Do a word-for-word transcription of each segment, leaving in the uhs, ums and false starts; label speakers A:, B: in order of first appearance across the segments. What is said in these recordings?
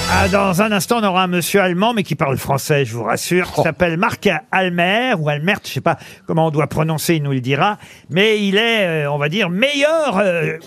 A: Ah, dans un instant, on aura un monsieur allemand, mais qui parle français, je vous rassure, qui s'appelle Marc Almer, ou Almert, je sais pas comment on doit prononcer, il nous le dira, mais il est, euh, on va dire, meilleur, euh,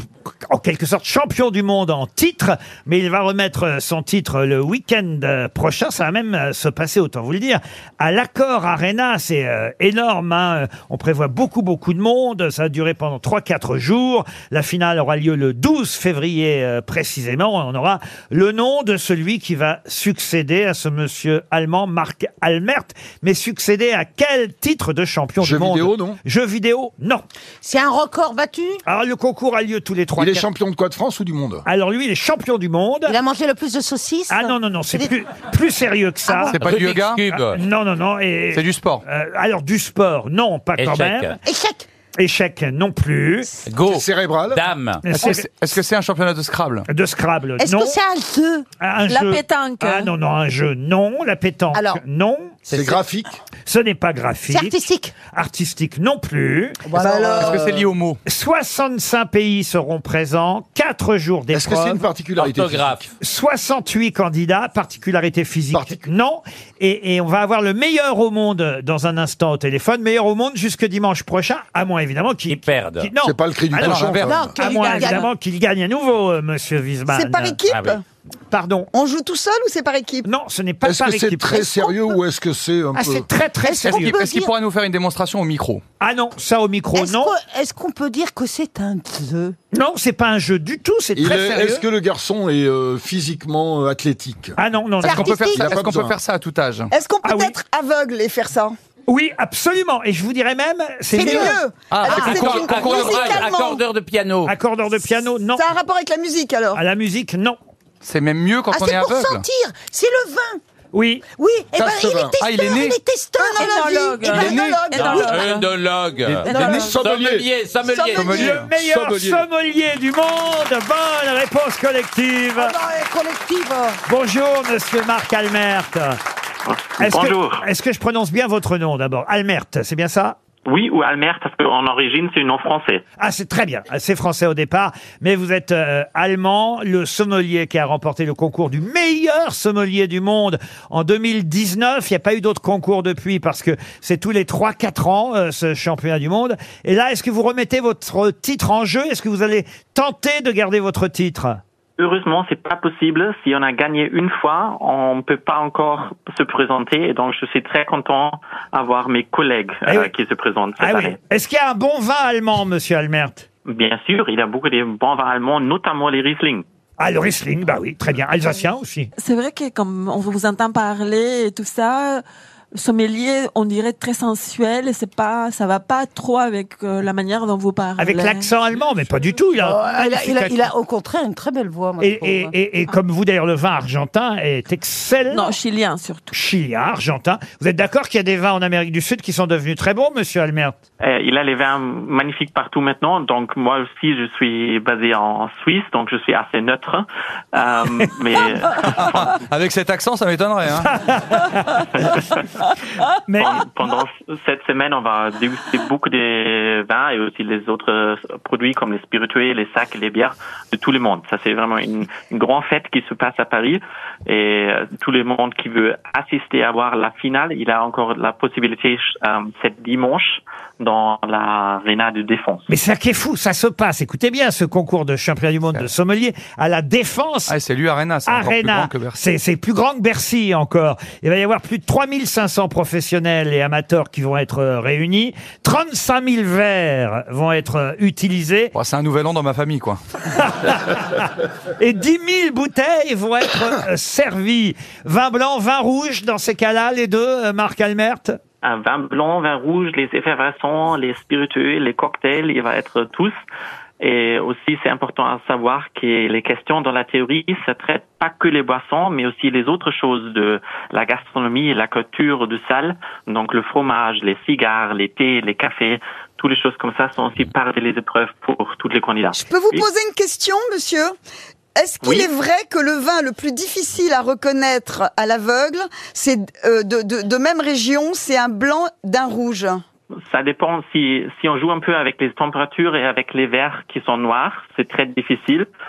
A: en quelque sorte, champion du monde en titre, mais il va remettre son titre le week-end prochain, ça va même se passer, autant vous le dire, à l'Accor Arena, c'est euh, énorme, hein. On prévoit beaucoup, beaucoup de monde, ça va durer pendant trois quatre jours, la finale aura lieu le douze février euh, précisément, on aura le nom de celui qui va succéder à ce monsieur allemand Marc Almert, mais succéder à quel titre de champion
B: Jeux
A: du monde?
B: Jeux vidéo, non?
A: Jeux vidéo, non.
C: C'est un record battu?
A: Alors le concours a lieu tous les trois.
B: Il est
A: quatre...
B: champion de quoi, de France ou du monde?
A: Alors lui, il est champion du monde.
C: Il a mangé le plus de saucisses?
A: Ah non, non, non, c'est
C: des...
A: plus, plus sérieux que ça.
C: Ah bon?
D: C'est pas du yoga?
A: Ah, non, non, non. Et...
D: C'est du sport.
A: Euh, alors du sport, non, pas
E: Échec.
A: quand même.
C: Échec!
A: Échec non plus.
E: Go.
B: C'est cérébral?
E: Dame.
D: Est-ce que c'est est-ce que c'est un championnat de Scrabble?
A: De Scrabble,
C: Est-ce
A: non.
C: que c'est un jeu?
A: Un
F: La
A: jeu.
F: pétanque.
A: Ah non, non, un jeu, non. La pétanque,
C: Alors.
A: non.
B: C'est graphique?
A: Ce n'est pas graphique.
C: C'est artistique?
A: Artistique non plus.
D: Est-ce que c'est lié au mot?
A: soixante-cinq pays seront présents, quatre jours
B: Est-ce que c'est une
A: d'épreuve,
B: particularité
E: Orthographe.
B: physique?
A: soixante-huit candidats, particularité physique,
B: Particu-
A: non. Et, et on va avoir le meilleur au monde dans un instant au téléphone, meilleur au monde jusque dimanche prochain, à moins évidemment qu'il
E: Ils perdent.
A: qu'il- non.
B: C'est pas le cri du
A: Ah non,
B: cochon.
D: l'inverse.
B: quand même.
C: Non,
A: À
C: qu'il
A: moins
C: gagne.
A: évidemment qu'il gagne à nouveau, euh, monsieur Wiesmann.
G: C'est par équipe?
E: Ah oui.
A: Pardon.
G: On joue tout seul ou c'est par équipe?
A: Non, ce n'est pas
B: Est-ce
A: par
B: que c'est
A: équipe.
B: très sérieux ou est-ce que c'est un
A: Ah,
B: peu...
A: c'est très très
C: Est-ce qu'on
A: sérieux.
C: peut
D: Est-ce qu'il
C: dire-
D: pourrait nous faire une démonstration au micro?
A: Ah non, ça au micro,
C: Est-ce
A: non.
C: que- est-ce qu'on peut dire que c'est un jeu?
A: Non, c'est pas un jeu du tout, c'est
B: Il
A: très
B: est-
A: sérieux.
B: Est-ce que le garçon est euh, physiquement euh, athlétique?
A: Ah non, non, non.
C: C'est
D: Est-ce qu'on peut faire
C: artistique.
D: ça,
B: Il a pas
D: est-ce qu'on peut
B: besoin.
D: faire ça à tout âge?
G: Est-ce qu'on peut
A: Ah oui.
G: être aveugle et faire ça?
A: Oui, absolument. Et je vous dirais même, c'est
G: C'est
A: mieux.
G: mieux!
D: Ah,
G: Alors,
D: c'est
G: c'est
D: concours-
G: une-
D: concours de drague,
G: musicalement.
E: Accordeur de piano.
A: Accordeur de piano, non.
G: Ça a un rapport avec la musique alors?
A: À la musique, non.
D: C'est même mieux quand
C: Ah,
D: on est
C: c'est pour
D: aveugle.
C: sentir! C'est le vin!
A: Oui.
C: Oui, eh ben,
B: Tasse
C: il est
B: vin.
C: testeur,
D: Ah, il est né.
C: il est testeur!
F: Ethnologue.
C: Eh ben,
D: Il est né.
C: ethnologue.
E: Œnologue.
B: Sommelier.
E: Sommelier. Sommelier.
D: Sommelier.
A: Le meilleur
B: Sommelier.
A: sommelier du monde. Bonne réponse collective.
C: Ah non, eh, collective!
A: Bonjour, monsieur Marc Almert. Est-ce
H: Bonjour.
A: Que, est-ce que je prononce bien votre nom d'abord? Almert, c'est bien ça?
H: Oui, ou Almert, parce qu'en origine, c'est un nom français.
A: Ah, c'est très bien. C'est français au départ, mais vous êtes euh, allemand, le sommelier qui a remporté le concours du meilleur sommelier du monde en deux mille dix-neuf. Il n'y a pas eu d'autres concours depuis parce que c'est tous les trois quatre ans, euh, ce championnat du monde. Et là, est-ce que vous remettez votre titre en jeu? Est-ce que vous allez tenter de garder votre titre?
H: Heureusement, c'est pas possible. Si on a gagné une fois, on peut pas encore se présenter. Et donc, je suis très content d'avoir mes collègues
A: Ah
H: euh,
A: oui.
H: qui se présentent cette
A: Ah oui.
H: année.
A: Est-ce qu'il y a un bon vin allemand, monsieur Almert?
H: Bien sûr, il y a beaucoup de bons vins allemands, notamment les Riesling.
A: Ah, le Riesling, bah oui, très bien. Alsacien aussi.
F: C'est vrai que comme on vous entend parler et tout ça, sommelier, on dirait très sensuel et c'est pas, ça va pas trop avec euh, la manière dont vous parlez.
A: Avec l'accent allemand, mais pas du tout. Il a,
C: Oh, il, a, il, a, il a au contraire une très belle voix, moi, je
A: Et,
C: trouve.
A: et, et, et comme vous, d'ailleurs, le vin argentin est excellent.
F: Non, chilien surtout.
A: Chilien, argentin. Vous êtes d'accord qu'il y a des vins en Amérique du Sud qui sont devenus très bons, monsieur Almert?
H: Euh, il a les vins magnifiques partout maintenant. Donc, moi aussi, je suis basé en Suisse, donc je suis assez neutre. Euh, mais
D: Avec cet accent, ça m'étonnerait. Hein.
A: Mais
H: pendant cette semaine, on va déguster beaucoup des vins et aussi les autres produits comme les spiritueux, les sacs, les bières de tout le monde. Ça, c'est vraiment une, une grande fête qui se passe à Paris et euh, tout le monde qui veut assister à voir la finale, il a encore la possibilité euh, cette dimanche dans l'aréna de Défense.
A: Mais ça qui est fou, ça se passe. Écoutez bien, ce concours de championnat du monde de sommelier à la Défense
D: Ah, c'est lui Arena, c'est encore plus
A: Arena.
D: grand que Bercy.
A: C'est, c'est plus grand que Bercy encore. Il va y avoir plus de trois mille cinq cents professionnels et amateurs qui vont être euh, réunis. trente-cinq mille verres vont être euh, utilisés
D: Bon, c'est un nouvel an dans ma famille, quoi.
A: et dix mille bouteilles vont être euh, servies. Vin blanc, vin rouge, dans ces cas-là, les deux, euh, Marc Almert?
H: Un vin blanc, vin rouge, les effervescents, les spiritueux, les cocktails, il va être tous. Et aussi, c'est important à savoir que les questions dans la théorie, ça traite pas que les boissons, mais aussi les autres choses de la gastronomie et la culture de salle. Donc, le fromage, les cigares, les thés, les cafés, toutes les choses comme ça sont aussi part des épreuves pour tous les candidats.
G: Je peux vous
H: Oui.
G: poser une question, monsieur? Est-ce qu'il
H: Oui.
G: est vrai que le vin le plus difficile à reconnaître à l'aveugle, c'est euh, de, de, de même région, c'est un blanc d'un rouge?
H: Ça dépend si si on joue un peu avec les températures et avec les verres qui sont noirs, c'est très difficile.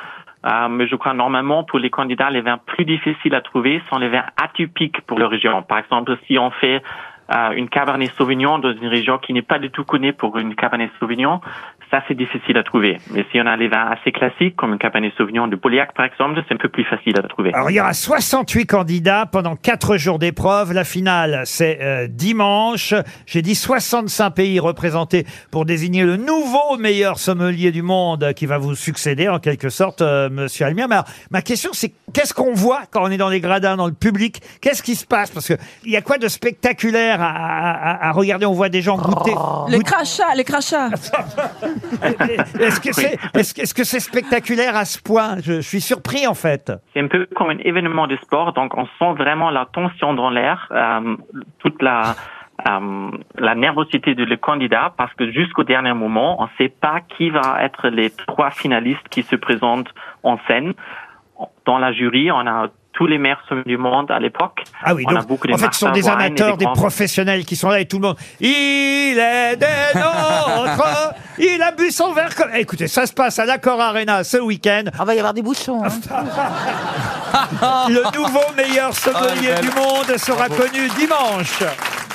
H: Euh, mais je crois normalement pour les candidats, les vins plus difficiles à trouver sont les vins atypiques pour leur région. Par exemple, si on fait euh, une Cabernet Sauvignon dans une région qui n'est pas du tout connue pour une Cabernet Sauvignon, ça c'est difficile à trouver. Mais si on a les vins assez classiques, comme une Cabernet Sauvignon de Pauliac par exemple, c'est un peu plus facile à trouver.
A: Alors il y aura soixante-huit candidats pendant quatre jours d'épreuve. La finale, c'est euh, dimanche. J'ai dit soixante-cinq pays représentés pour désigner le nouveau meilleur sommelier du monde qui va vous succéder en quelque sorte, euh, Monsieur Almière. Mais alors, ma question c'est qu'est-ce qu'on voit quand on est dans les gradins, dans le public? Qu'est-ce qui se passe? Parce que il y a quoi de spectaculaire à, à, à regarder? On voit des gens goûter.
F: Les crachats, les crachats.
A: Est-ce que c'est est-ce, que- est-ce que c'est spectaculaire à ce point? je, je suis surpris en fait.
H: C'est un peu comme un événement de sport, donc on sent vraiment la tension dans l'air, euh, toute la euh, la nervosité de le candidat, parce que jusqu'au dernier moment, on ne sait pas qui va être les trois finalistes qui se présentent en scène. Dans la jury, on a tous les meilleurs sommeliers du monde à l'époque.
A: Ah oui,
H: on
A: donc,
H: a beaucoup de
A: en fait, ce sont
H: Martha
A: des
H: Wine et
A: amateurs, des
H: grands-
A: professionnels qui sont là et tout le monde. Il est des nôtres, il a bu son verre comme... Écoutez, ça se passe à l'Accor Arena ce week-end.
C: Ah, va y avoir des bouchons. Hein.
A: Le nouveau meilleur sommelier
D: Ah,
A: du monde sera connu dimanche.